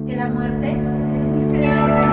Que la muerte es un pedazo.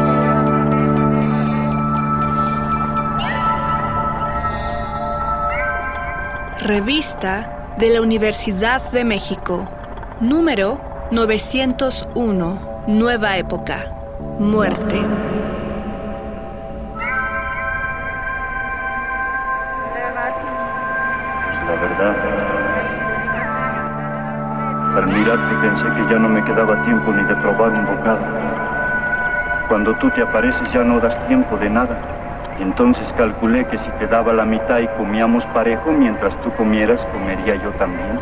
Revista de la Universidad de México, número 901, Nueva Época, Muerte. La verdad, al mirarte pensé que ya no me quedaba tiempo ni de probar un bocado. Cuando tú te apareces ya no das tiempo de nada. Entonces calculé que si te daba la mitad y comíamos parejo, mientras tú comieras, comería yo también.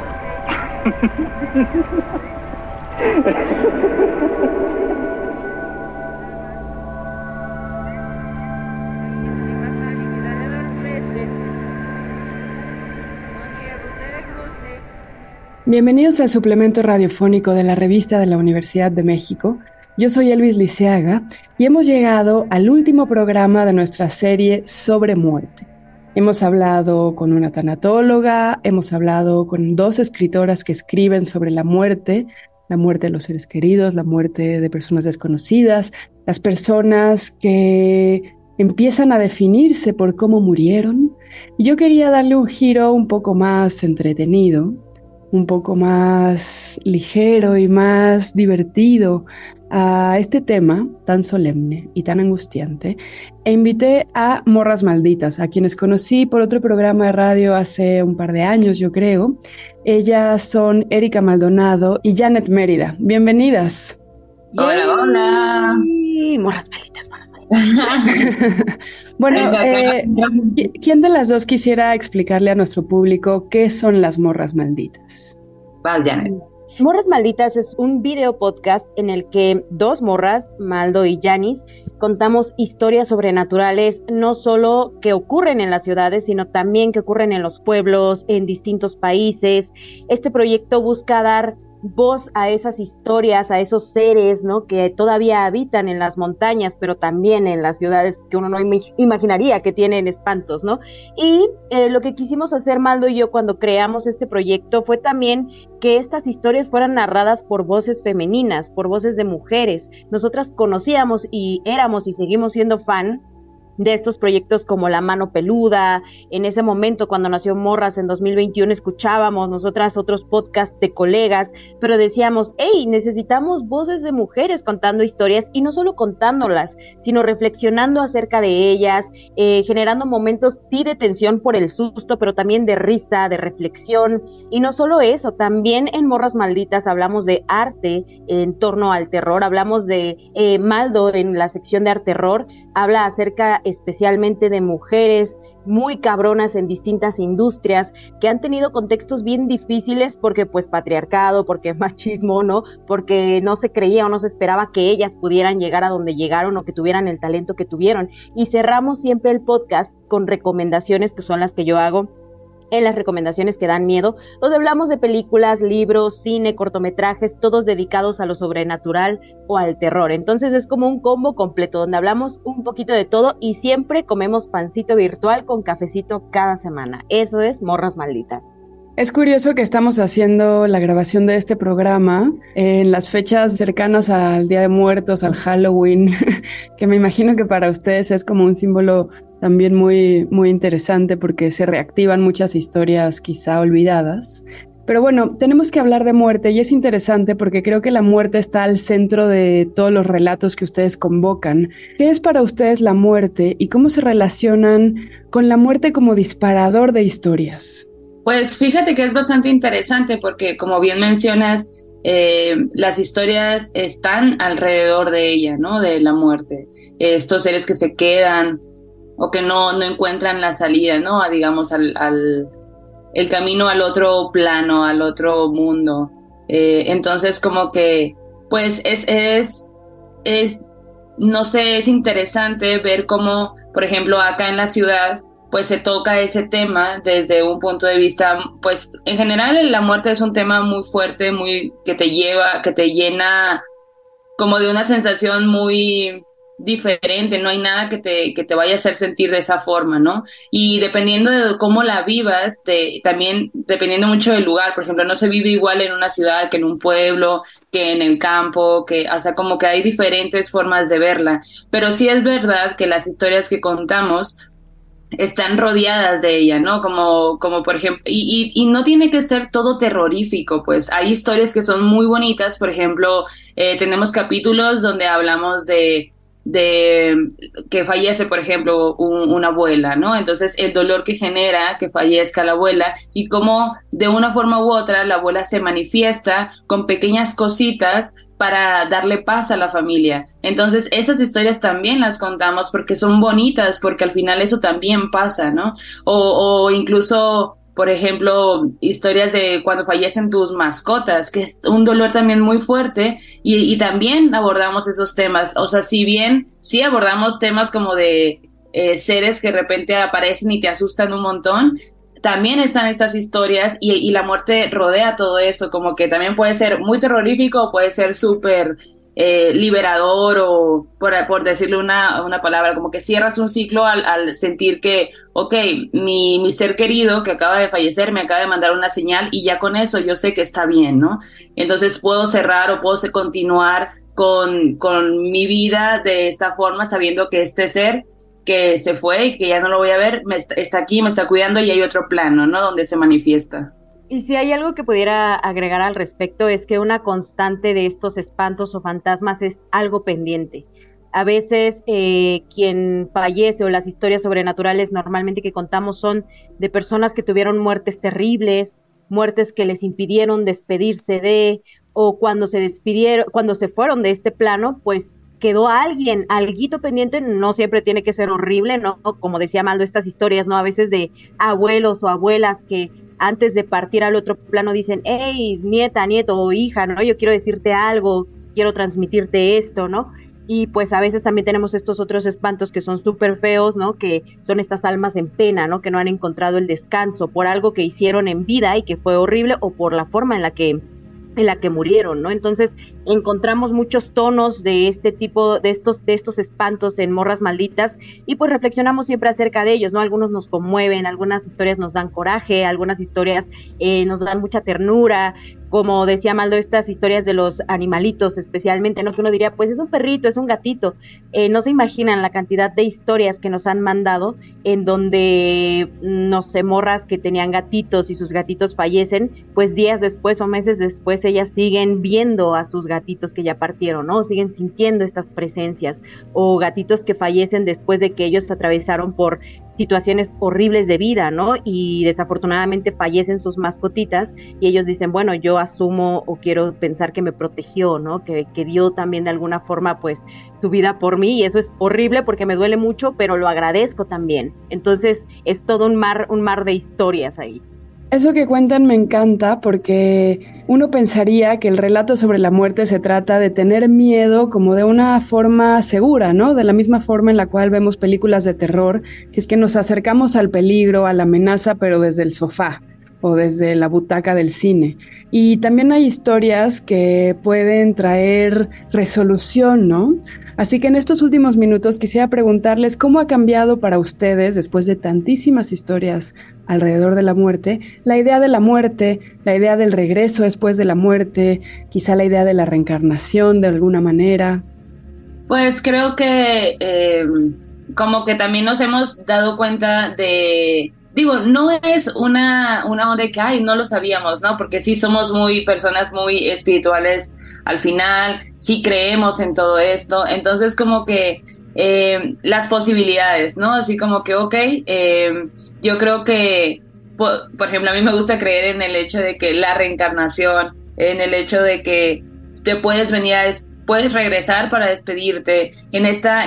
Bienvenidos al suplemento radiofónico de la Revista de la Universidad de México. Yo soy Elvis Liceaga y hemos llegado al último programa de nuestra serie sobre muerte. Hemos hablado con una tanatóloga, hemos hablado con dos escritoras que escriben sobre la muerte de los seres queridos, la muerte de personas desconocidas, las personas que empiezan a definirse por cómo murieron. Y yo quería darle un giro un poco más entretenido, un poco más ligero y más divertido a este tema tan solemne y tan angustiante, e invité a Morras Malditas, a quienes conocí por otro programa de radio hace un par de años, yo creo. Ellas son Erika Maldonado y Janet Mérida. Bienvenidas. Hola, hola. Morras Malditas, Morras Malditas. Bueno, ¿quién de las dos quisiera explicarle a nuestro público qué son las Morras Malditas? Vas, Janet. Morras Malditas es un video podcast en el que dos morras, Maldo y Yanis, contamos historias sobrenaturales, no solo que ocurren en las ciudades, sino también que ocurren en los pueblos, en distintos países. Este proyecto busca dar voz a esas historias, a esos seres, ¿no?, que todavía habitan en las montañas, pero también en las ciudades que uno no imaginaría que tienen espantos, ¿no? Y lo que quisimos hacer Maldo y yo cuando creamos este proyecto fue también que estas historias fueran narradas por voces femeninas, por voces de mujeres. Nosotras conocíamos y éramos y seguimos siendo fan de estos proyectos como La Mano Peluda. En ese momento, cuando nació Morras en 2021, escuchábamos nosotras otros podcasts de colegas, pero decíamos, hey, necesitamos voces de mujeres contando historias, y no solo contándolas, sino reflexionando acerca de ellas, generando momentos sí de tensión por el susto, pero también de risa, de reflexión. Y no solo eso, también en Morras Malditas hablamos de arte en torno al terror, hablamos de Maldo en la sección de Arte-Terror, habla acerca especialmente de mujeres muy cabronas en distintas industrias que han tenido contextos bien difíciles porque pues patriarcado, porque machismo, ¿no? Porque no se creía o no se esperaba que ellas pudieran llegar a donde llegaron o que tuvieran el talento que tuvieron. Y cerramos siempre el podcast con recomendaciones, que son las que yo hago en las recomendaciones que dan miedo, donde hablamos de películas, libros, cine, cortometrajes, todos dedicados a lo sobrenatural o al terror. Entonces es como un combo completo donde hablamos un poquito de todo y siempre comemos pancito virtual con cafecito cada semana. Eso es Morras Malditas. Es curioso que estamos haciendo la grabación de este programa en las fechas cercanas al Día de Muertos, al Halloween, que me imagino que para ustedes es como un símbolo también muy, muy interesante porque se reactivan muchas historias quizá olvidadas. Pero bueno, tenemos que hablar de muerte y es interesante porque creo que la muerte está al centro de todos los relatos que ustedes convocan. ¿Qué es para ustedes la muerte y cómo se relacionan con la muerte como disparador de historias? Pues fíjate que es bastante interesante porque, como bien mencionas, las historias están alrededor de ella, ¿no? De la muerte. Estos seres que se quedan o que no encuentran la salida, ¿no? Digamos, el camino al otro plano, al otro mundo. Entonces, como que, pues, no sé, es interesante ver cómo, por ejemplo, acá en la ciudad, pues se toca ese tema desde un punto de vista, pues en general la muerte es un tema muy fuerte, muy que te llena como de una sensación muy diferente, no hay nada que te vaya a hacer sentir de esa forma, ¿no? Y dependiendo de cómo la vivas, también dependiendo mucho del lugar, por ejemplo, no se vive igual en una ciudad que en un pueblo, que en el campo, o sea, como que hay diferentes formas de verla, pero sí es verdad que las historias que contamos están rodeadas de ella, ¿no? Como por ejemplo, y no tiene que ser todo terrorífico, pues hay historias que son muy bonitas, por ejemplo, tenemos capítulos donde hablamos de que fallece, por ejemplo, una abuela, ¿no? Entonces, el dolor que genera que fallezca la abuela y cómo de una forma u otra la abuela se manifiesta con pequeñas cositas para darle paz a la familia. Entonces, esas historias también las contamos porque son bonitas, porque al final eso también pasa, ¿no? O incluso, por ejemplo, historias de cuando fallecen tus mascotas, que es un dolor también muy fuerte, y también abordamos esos temas. O sea, si bien sí abordamos temas como de seres que de repente aparecen y te asustan un montón, también están esas historias y la muerte rodea todo eso, como que también puede ser muy terrorífico o puede ser súper liberador o por decirle una palabra, como que cierras un ciclo al sentir que, ok, mi ser querido que acaba de fallecer me acaba de mandar una señal y ya con eso yo sé que está bien, ¿no? Entonces puedo cerrar o puedo continuar con mi vida de esta forma sabiendo que este ser que se fue y que ya no lo voy a ver, está aquí, me está cuidando y hay otro plano, ¿no? Donde se manifiesta. Y si hay algo que pudiera agregar al respecto es que una constante de estos espantos o fantasmas es algo pendiente. A veces quien fallece o las historias sobrenaturales normalmente que contamos son de personas que tuvieron muertes terribles, muertes que les impidieron despedirse de, o cuando se despidieron, cuando se fueron de este plano, pues quedó alguien, alguito pendiente, no siempre tiene que ser horrible, ¿no? Como decía Maldo, estas historias, ¿no? A veces de abuelos o abuelas que antes de partir al otro plano dicen, hey, nieta, nieto o hija, ¿no? Yo quiero decirte algo, quiero transmitirte esto, ¿no? Y pues a veces también tenemos estos otros espantos que son súper feos, ¿no? Que son estas almas en pena, ¿no? Que no han encontrado el descanso por algo que hicieron en vida y que fue horrible o por la forma en la que murieron, ¿no? Entonces encontramos muchos tonos de este tipo, de estos espantos en Morras Malditas y pues reflexionamos siempre acerca de ellos, ¿no? Algunos nos conmueven, algunas historias nos dan coraje, algunas historias nos dan mucha ternura, como decía Maldo, estas historias de los animalitos especialmente, ¿no? Que uno diría, pues es un perrito, es un gatito. No se imaginan la cantidad de historias que nos han mandado en donde, no sé, morras que tenían gatitos y sus gatitos fallecen, pues días después o meses después ellas siguen viendo a sus gatitos que ya partieron, ¿no? Siguen sintiendo estas presencias, o gatitos que fallecen después de que ellos atravesaron por situaciones horribles de vida, ¿no? Y desafortunadamente fallecen sus mascotitas y ellos dicen, bueno, yo asumo o quiero pensar que me protegió, ¿no? Que dio también de alguna forma pues su vida por mí y eso es horrible porque me duele mucho, pero lo agradezco también. Entonces es todo un mar de historias ahí. Eso que cuentan me encanta porque uno pensaría que el relato sobre la muerte se trata de tener miedo como de una forma segura, ¿no? De la misma forma en la cual vemos películas de terror, que es que nos acercamos al peligro, a la amenaza, pero desde el sofá o desde la butaca del cine. Y también hay historias que pueden traer resolución, ¿no? Así que en estos últimos minutos quisiera preguntarles cómo ha cambiado para ustedes, después de tantísimas historias alrededor de la muerte, la idea de la muerte, la idea del regreso después de la muerte, quizá la idea de la reencarnación de alguna manera. Pues creo que como que también nos hemos dado cuenta de... Digo, no es una onda de que, ay, no lo sabíamos, ¿no? Porque sí somos personas muy espirituales al final, sí creemos en todo esto, entonces como que las posibilidades, ¿no? Así como que, ok, yo creo que, por ejemplo, a mí me gusta creer en el hecho de que la reencarnación, en el hecho de que te puedes puedes regresar para despedirte en esta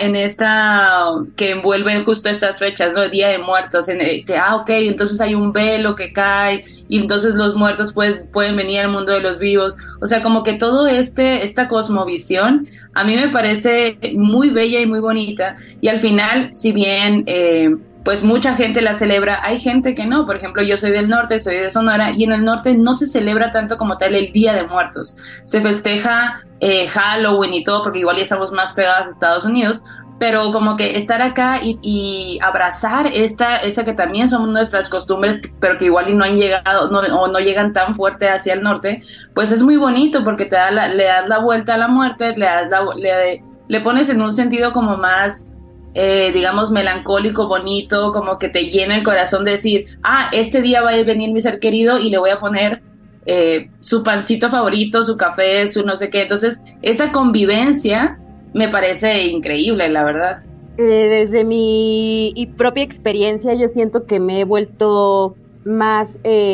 que envuelven justo estas fechas, ¿no? El Día de Muertos, ok, entonces hay un velo que cae y entonces los muertos pueden venir al mundo de los vivos, o sea, como que todo esta cosmovisión a mí me parece muy bella y muy bonita y al final, si bien pues mucha gente la celebra, hay gente que no, por ejemplo, yo soy del norte, soy de Sonora, y en el norte no se celebra tanto como tal el Día de Muertos, se festeja Halloween y todo, porque igual ya estamos más pegados a Estados Unidos, pero como que estar acá y abrazar esta que también son nuestras costumbres, pero que igual y no han llegado, o no llegan tan fuerte hacia el norte, pues es muy bonito porque le das la vuelta a la muerte, le pones en un sentido como más, digamos, melancólico, bonito, como que te llena el corazón de decir, este día va a venir mi ser querido y le voy a poner su pancito favorito, su café, su no sé qué. Entonces, esa convivencia me parece increíble, la verdad. Desde mi propia experiencia, yo siento que me he vuelto más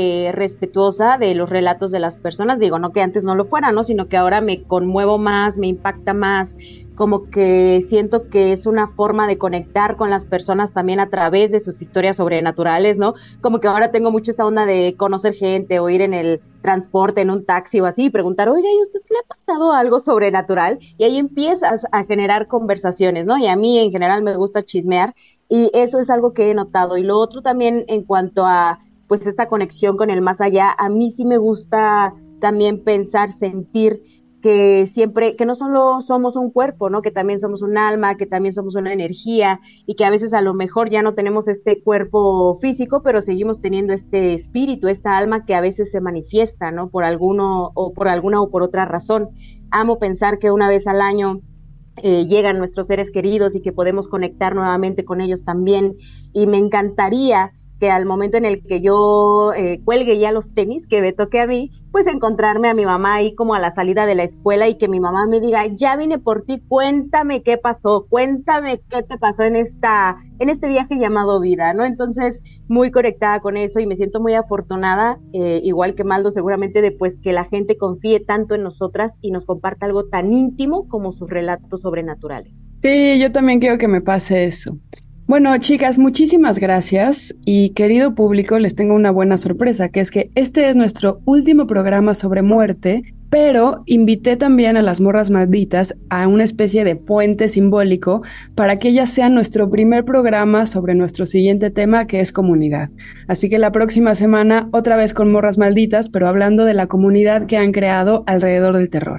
respetuosa de los relatos de las personas. Digo, no que antes no lo fuera, ¿no? Sino que ahora me conmuevo más, me impacta más, como que siento que es una forma de conectar con las personas también a través de sus historias sobrenaturales, ¿no? Como que ahora tengo mucho esta onda de conocer gente o ir en el transporte, en un taxi o así, y preguntar, oiga, ¿y a usted le ha pasado algo sobrenatural? Y ahí empiezas a generar conversaciones, ¿no? Y a mí en general me gusta chismear y eso es algo que he notado. Y lo otro también en cuanto a, pues, esta conexión con el más allá, a mí sí me gusta también pensar, sentir que siempre, que no solo somos un cuerpo, ¿no? Que también somos un alma, que también somos una energía y que a veces a lo mejor ya no tenemos este cuerpo físico, pero seguimos teniendo este espíritu, esta alma que a veces se manifiesta, ¿no? Por alguna o por otra razón. Amo pensar que una vez al año llegan nuestros seres queridos y que podemos conectar nuevamente con ellos también, y me encantaría que al momento en el que yo cuelgue ya los tenis que me toque a mí, pues encontrarme a mi mamá ahí como a la salida de la escuela y que mi mamá me diga, ya vine por ti, cuéntame qué pasó, cuéntame qué te pasó en este viaje llamado vida, ¿no? Entonces, muy conectada con eso y me siento muy afortunada, igual que Maldo seguramente, de pues que la gente confíe tanto en nosotras y nos comparta algo tan íntimo como sus relatos sobrenaturales. Sí, yo también quiero que me pase eso. Bueno, chicas, muchísimas gracias y querido público, les tengo una buena sorpresa, que es que este es nuestro último programa sobre muerte, pero invité también a las morras malditas a una especie de puente simbólico para que ellas sean nuestro primer programa sobre nuestro siguiente tema, que es comunidad. Así que la próxima semana otra vez con morras malditas, pero hablando de la comunidad que han creado alrededor del terror.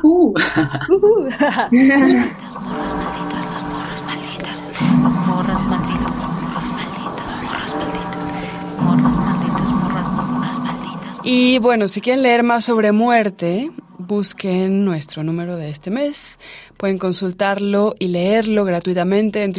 Y bueno, si quieren leer más sobre muerte, busquen nuestro número de este mes. Pueden consultarlo y leerlo gratuitamente en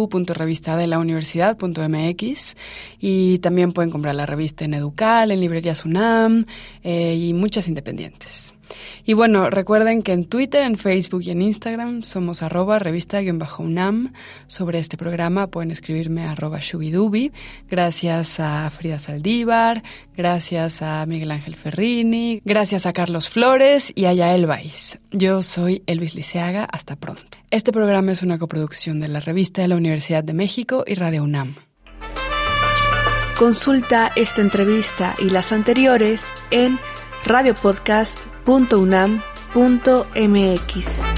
www.revistadelauniversidad.mx y también pueden comprar la revista en Educal, en librerías UNAM y muchas independientes. Y bueno, recuerden que en Twitter, en Facebook y en Instagram somos @revista_UNAM. Sobre este programa pueden escribirme @shubidubi. Gracias a Frida Saldívar, gracias a Miguel Ángel Ferrini, gracias a Carlos Flores y a Yael Baiz. Yo soy Elvis Liceaga, hasta pronto. Este programa es una coproducción de la Revista de la Universidad de México y Radio UNAM. Consulta esta entrevista y las anteriores en radiopodcast.unam.mx.